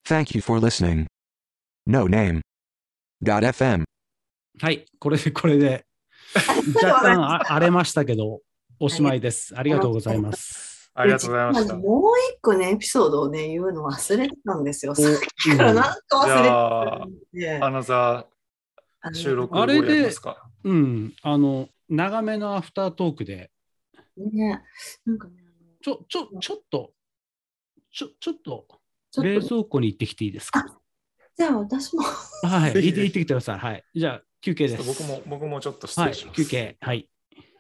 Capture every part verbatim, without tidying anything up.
Thank you for listening. No name. .fm はい、これで、これで、若干あ荒れましたけど、おしまいです。ありがとうございます。 ありがとうございましでた。 もう一個ね、エピソードをね、言うの忘れてたんですよ。さっお、 きからなんかじ忘れてゃあ、 たんで。 アナザあのー収録あれ後やりまですか。 うん、あの、長めのアフタートークで、 ね、なんかね、 ちょ、ちょ、ちょっと、ちょ、ちょっと、 ちょっと冷蔵庫に行ってきていいですか？ じゃあ私もはい、行って行ってきてください。はい。じゃあ、休憩です。 僕も、僕もちょっと失はい礼しま、す。 休憩。はい。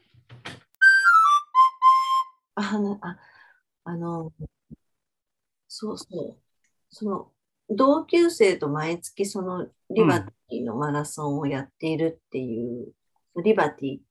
あの、あ、あの、そうそう、その、同級生と毎月そのリバティのマラソンをやっているっていう、リバティって、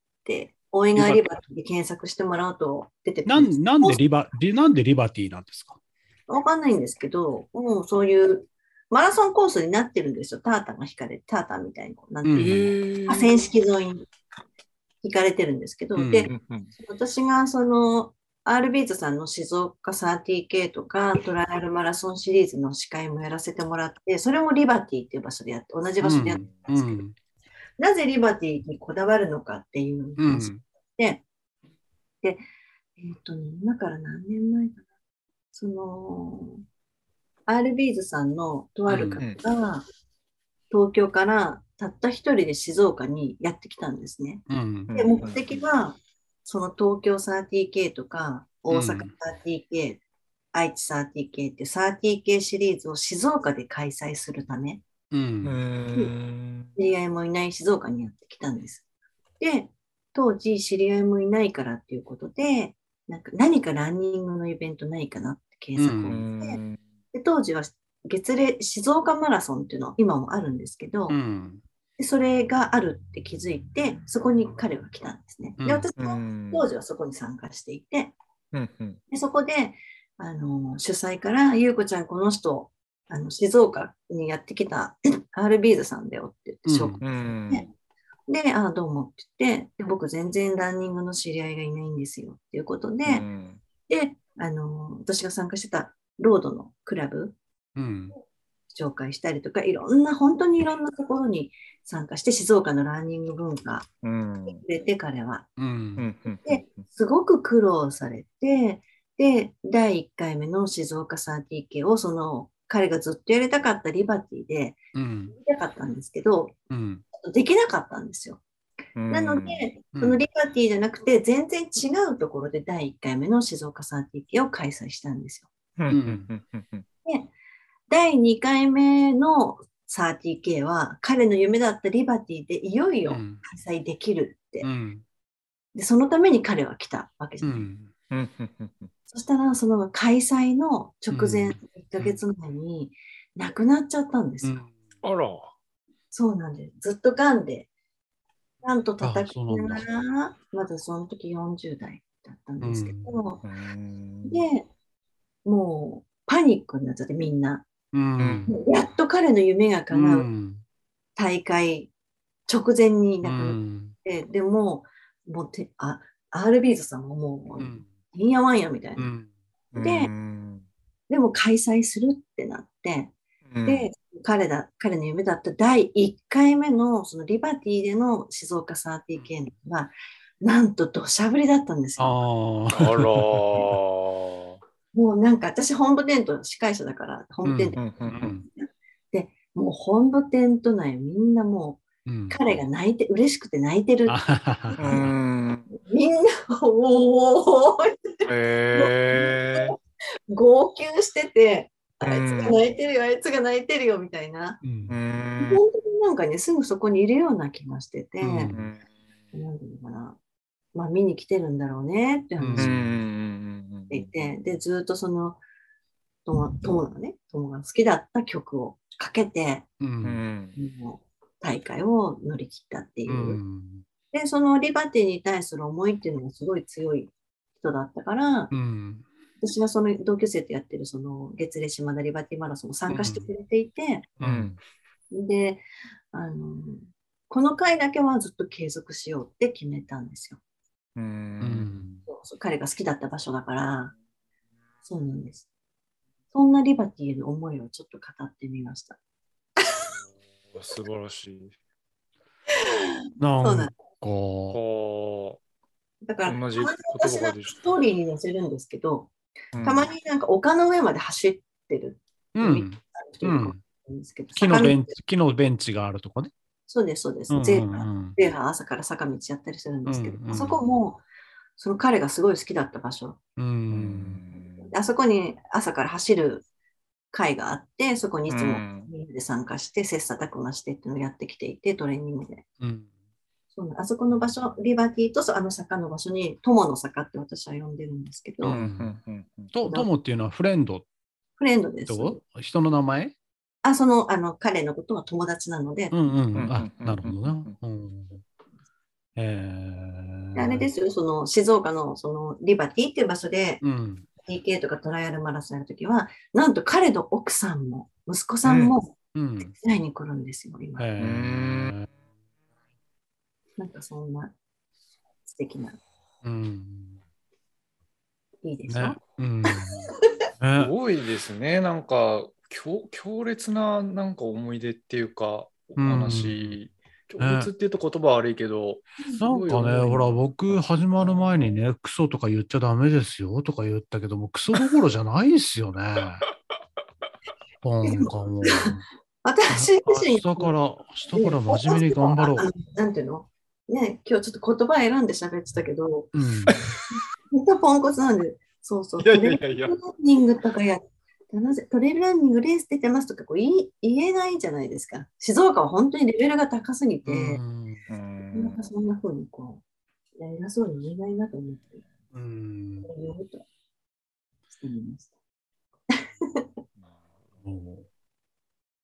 大井川リバティで検索してもらうと出てくるんです。 なんなんでリバリなんでリバティなんですか？ わかんないんですけど、もうそういうマラソンコースになってるんですよ。タータンが引かれて、タータンみたいにこう、なんていうか、河川敷沿いに引かれてるんですけど、 うんで、 うんうん私がその アールビーズ さんの静岡 サーティーケー とかトライアルマラソンシリーズの司会もやらせてもらって、それもリバティっていう場所でやって、同じ場所でやってたんですけど、 うんなぜリバティにこだわるのかっていううん話で、で、えっ、とね、今から何年前かな、その、アールビーズ さんのとある方が、東京からたった一人で静岡にやってきたんですね。 うんで、目的は、その東京 サーティーケー とか、大阪 サーティーケー、愛知 サーティーケー って サーティーケー シリーズを静岡で開催するため、 ううんん知り合いもいない静岡にやってきたんです。で、当時知り合いもいないからっていうことで、なんか何かランニングのイベントないかなって検索をうして、 んで当時は月例静岡マラソンっていうのは今もあるんですけど、 うんでそれがあるって気づいて、そこに彼は来たんですね。で、私も当時はそこに参加していて、 うんうんでそこであの主催から、ゆうこちゃん、この人、あの静岡にやってきた アールビーズ さんだよって言って紹介して、で、あどうもって言って、で僕全然ランニングの知り合いがいないんですよっていうことで、 うんで、あの、私が参加してたロードのクラブうん紹介したりとか、いろんな、本当にいろんなところに参加して、静岡のランニング文化うんに触れて、彼は。 うんで、すごく苦労されて、で、だいいっかいめの静岡 サーティーケー を、その、彼がずっとやりたかったリバティで、 うんやりたかったんですけど、 うんできなかったんですよ。なので、そのリバティじゃなくて、全然違うところでだいいっかいめの静岡 サーティーケー を開催したんですよ。 うんで、だいにかいめの サーティーケー は彼の夢だったリバティでいよいよ開催できるって。 うんで、そのために彼は来たわけじゃない。 うんそしたら、その開催の直前、いっかげつまえに亡くなっちゃったんですよ。 あら。 そうなんです。ずっと癌で、がんと戦あいそうなんだながら、まだその時よんじゅう代だったんですけど、 うんで、もうパニックになっちゃってみんな。 うんやっと彼の夢がう叶うん大会直前に亡くなっんて、でも、もうてあ アールビーズ さんももう、 うんてんやわんやみたいな。 うんで、でも開催するってなって、で、彼だ、彼の夢だっただいいっかいめのそのリバティでの静岡 サーティーケー は、なんと土砂降りだったんですよ。 ああら。 もうなんか私本部テント司会者だから本部テント、でもう本部テント内みんなもう、うん、彼が泣いて嬉しくて泣いてるみんなおおへー号泣してて、あいつが泣いてるよ、あいつが泣いてるよみたいな、うん、本当になんかねすぐそこにいるような気がしてて、うん、なんていうのかな、まあ見に来てるんだろうねって話をしていて、でずっとその友がね、友が好きだった曲をかけて、うん、大会を乗り切ったっていう、うん、でそのリバティに対する思いっていうのがすごい強い人だったから、うん、私はその同級生とやってるその月齢島田リバティマラソンも参加してくれていて、うんうん、であのこの回だけはずっと継続しようって決めたんですよ。うん、そうそう彼が好きだった場所だから。そうなんです。 そんなリバティへの思いをちょっと語ってみました。 素晴らしい。 なんか、 だから同じ言私の葉でストーリーに載せるんですけど、 うん、 たまになんか丘の上まで走ってるの見た人いるかもしれないんですけど、 木のベンチ、木のベンチがあるとこね。 そうです、そうです。 うんうんうん、 ゼーハー朝から坂道やったりするんですけど、 うんうん、 あそこもその彼がすごい好きだった場所。 うん、 あそこに朝から走る会があって、そこにいつもみんなで参加して、切磋琢磨してっていうのをやってきていて、トレーニングで。 うん、 そうあそこの場所、リバティとあの坂の場所に、友の坂って私は呼んでるんですけど、 と友っていうのはフレンドフレンドです。 人の名前あ、その、あの、彼のことは友達なので。 うんうん。あ、なるほどな。うん、えー、 あれですよ、その静岡のそのリバティっていう場所で、 うん、 ティーケー とかトライアルマラソンやるときは、なんと彼の奥さんも、息子さんも手伝いに来るんですよ、うん、今、えー。なんかそんな素敵な。 うん、 いいでしょ、ね、 うん、すごいですね。なんか強、強烈ななんか思い出っていうか、お話、うん、強烈っていうと言葉悪いけど、 なんかね、ほら、僕始まる前にね、クソとか言っちゃダメですよとか言ったけども、クソどころじゃないですよね。なんかもう。 私自身、 明日から、明日から真面目に頑張ろう。 なんていうのね、今日ちょっと言葉選んで喋ってたけど、うん、本当ポンコツなんで、そうそう、トレイルランニングとかや、トレイルランニングレース出てますとかこう言い言えないじゃないですか。静岡は本当にレベルが高すぎて、うん、なんかそんな風にこう、偉そうに言えないなと思って、うん、呼ぶとしてみました。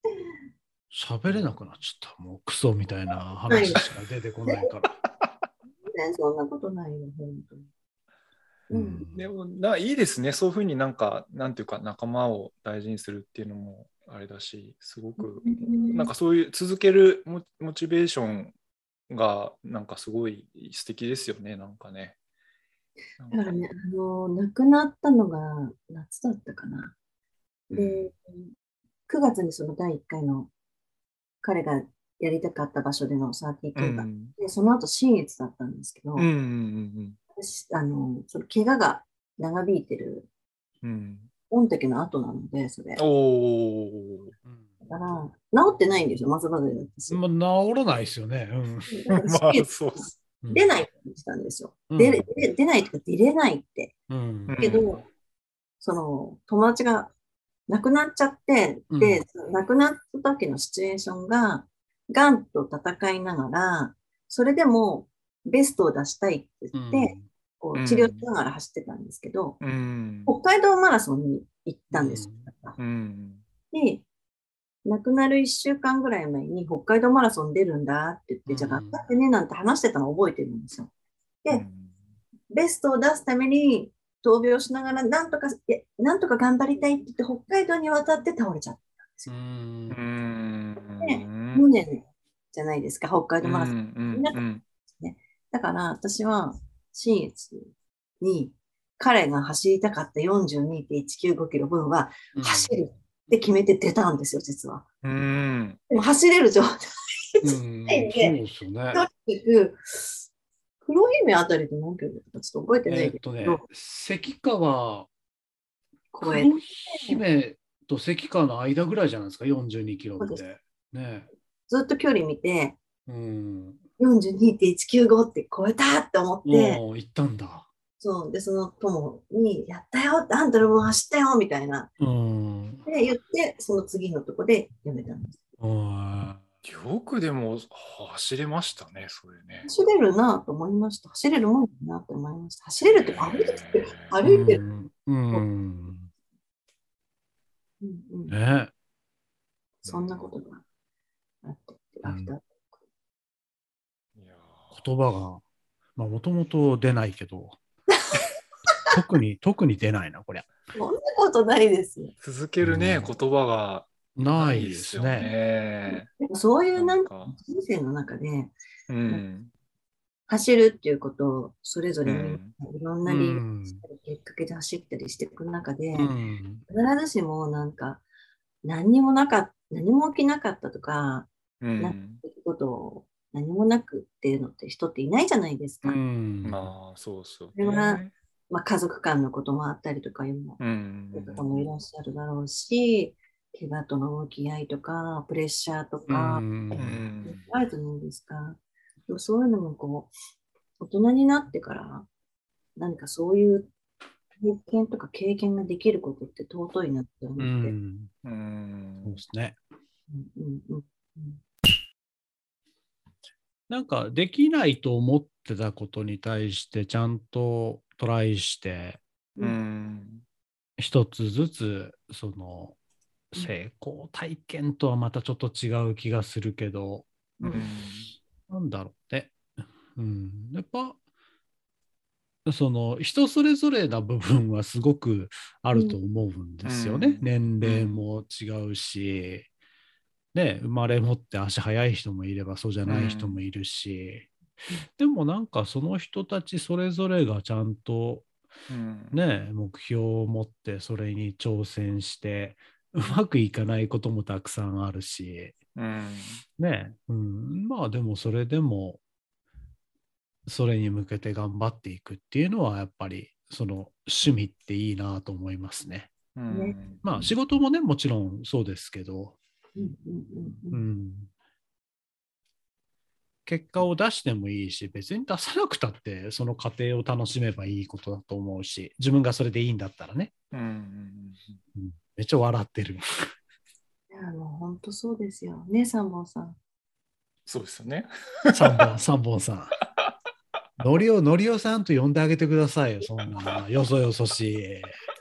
喋れなくなっちゃった。もうクソみたいな話しか出てこないから。 全然そんなことないよ、本当に。 うん、でもないいですね。そういうふうになんか、なんていうか、仲間を大事にするっていうのもあれだし、すごく、なんかそういう続けるモチベーションが、なんかすごい素敵ですよね、なんかね。 だからね、あの、亡くなったのが夏だったかな。で、うん、くがつにそのだいいっかいの彼がやりたかった場所でのサーティーケーが、うん、で、その後、新越だったんですけど、うんうんうん、私、あの、その怪我が長引いてる、うん、御嶽の後なので、それ。おだから、治ってないんですよ、まずまずだったし。 まあ、治らないですよね。うん、 まあ、そう出ないって言ってたんですよ。うん、出, 出ないとか出れないって。うん、けど、その、友達が亡くなっちゃって、うん、で、亡くなった時のシチュエーションが、がんと戦いながら、それでもベストを出したいって言って、うん、こう治療しながら走ってたんですけど、うん、北海道マラソンに行ったんですよ。うん、で、亡くなるいっしゅうかんぐらい前に北海道マラソン出るんだって言って、うん、じゃあ頑張ってねなんて話してたのを覚えてるんですよ。で、うん、ベストを出すために、闘病しながら、なんとか、なんとか頑張りたいって言って、北海道に渡って倒れちゃったんですよ。で、無念じゃないですか、北海道マラソン。だから、私は、新越に、彼が走りたかった よんじゅうにてんいちきゅうごキロ分は、走るって決めて出たんですよ、実は。うんでも、走れる状態で、とにかく、黒姫あたりで何キロだったかちょっと覚えてないけど、えーっとね、 関川、黒姫と関川の間ぐらいじゃないですか、よんじゅうにキロって。ね、 ずっと距離見て、うん、よんじゅうにてんいちきゅうご って超えたって思って、 行ったんだ。 そう、で、その友に、やったよって、あんたらもう走ったよみたいな。うん、で、言って、その次のとこでやめたんです。 うんよくでも走れましたね、それね。 走れるなと思いました。走れるもんだなと思いました。走れるって歩いてる。歩いてる。うん。うんうん、ね。そんなことがあって、アフター。 言葉が、まあ、もともと出ないけど、特に、特に出ないな、こりゃ。 そんなことないですよ。 続けるね、うん、言葉が。 ないですね。 そういうなんか人生の中で、うん、 走るっていうことをそれぞれみんなうんいろんな理由きっかけで走ったりしていく中で、 うん必ずしもなんか何にもなかった何も起きなかったとか、 うんなんか出来事を何もなくっていうのって人っていないじゃないですか。 うんまあそうそう、 それは、まあ、家族間のこともあったりとかいうのうん方もいらっしゃるだろうし、怪我との向き合いとか、プレッシャーとか、 うんあるじゃないですか。でもそういうのもこう、大人になってから何かそういう経験とか経験ができることって尊いなって思うって。 んうんそうですね。 うんうんうんなんかできないと思ってたことに対してちゃんとトライしてうん一つずつその成功体験とはまたちょっと違う気がするけど、 うんなんだろうね。うん、やっぱその人それぞれな部分はすごくあると思うんですよね。 うん年齢も違うし、ね、生まれ持って足速い人もいればそうじゃない人もいるし、でもなんかその人たちそれぞれがちゃんとうんね、目標を持ってそれに挑戦してうまくいかないこともたくさんあるし、 うんね、うん、まあでもそれでもそれに向けて頑張っていくっていうのはやっぱりその趣味っていいなと思いますね。 うんまあ仕事もねもちろんそうですけど、 うんうんううんん、結果を出してもいいし別に出さなくたってその過程を楽しめばいいことだと思うし、自分がそれでいいんだったらね、 うんうん、めっちゃ笑ってる。 いや、もう本当そうですよ。ね、三本さん。 そうですよね。 三本、三本さん。のりお、のりおさんと呼んであげてくださいよ、そんな、よそよそしい。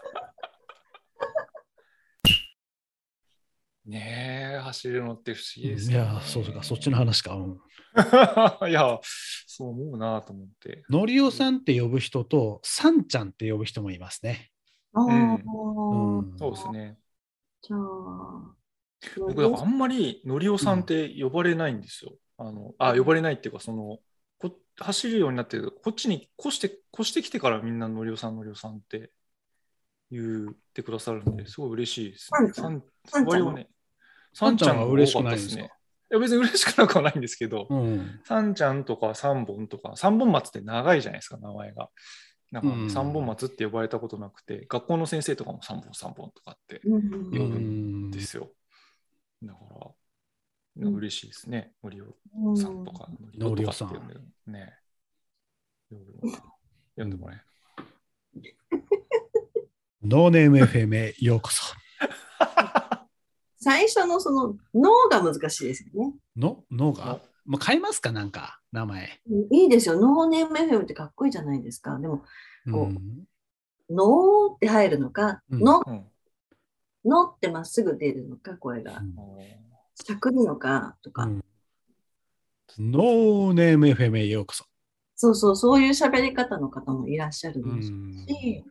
ねえ、走るのって不思議でいすよね。 や、そうか、そっちの話か。うん、 いや、そう思うなと思って。 のりおさんって呼ぶ人と、さんちゃんって呼ぶ人もいますね。 ああ、 うんそうですね。 じゃあ、 僕、だからあんまりのりおさんって呼ばれないんですよ。あのあ呼ばれないっていうか、そのこ走るようになってこっちに越して越してきてからみんなのりおさんのりおさんって言ってくださるんで、すごい嬉しいですね。 さんさん割はね、 さんちゃんは嬉しくないんですか？ いや別に嬉しくなくはないんですけど、 うん、 さんちゃんとかさんぼんとか、さんぼん松って長いじゃないですか、名前が。なんかさんぼん松って呼ばれたことなくて、学校の先生とかもさんぼんさんぼんとかって呼ぶんですよ。だから、嬉しいですね、のりおさんとか、 のりおさん。 ね。呼んでもらえ。 ノーネーム エフエム へようこそ。 最初のその脳が難しいですよね。 の脳がもう変えますか、なんか名前。 いいですよ。ノーネーム エフエム ってかっこいいじゃないですか。でも、こう、うん、ノーって入るのか、うん、ノ、ノってまっすぐ出るのか、声が。しゃくるのかとか。うん、 ノーネーム エフエム へようこそ。 そうそう、そういう喋り方の方もいらっしゃるでしょうし。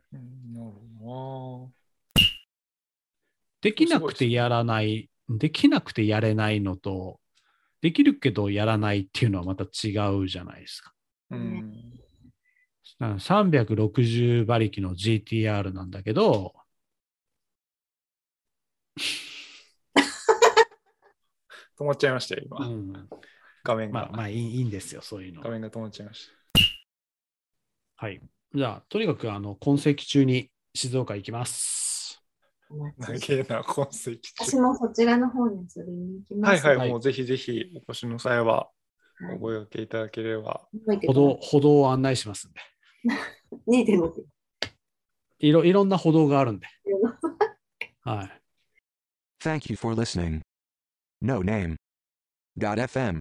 できなくてやらない、できなくてやれないのと、できるけどやらないっていうのはまた違うじゃないですか。うん、さんびゃくろくじゅう馬力の ジーティーアール なんだけど、 止まっちゃいましたよ、今。うん、画面が。 まあ、まあいい、いいんですよ、そういうの。 画面が止まっちゃいました。 はい。じゃあ、とにかく、あの、今世紀中に静岡行きます。 長いな、今世紀中。 私もそちらの方に遊びに行きます。 はいはい、もうぜひぜひお越しの際はお声掛けいただければ。 はい、歩道、歩道を案内しますんで。 にてんごいろ、いろんな歩道があるんで。はい。 Thank you for listening. No name. .fm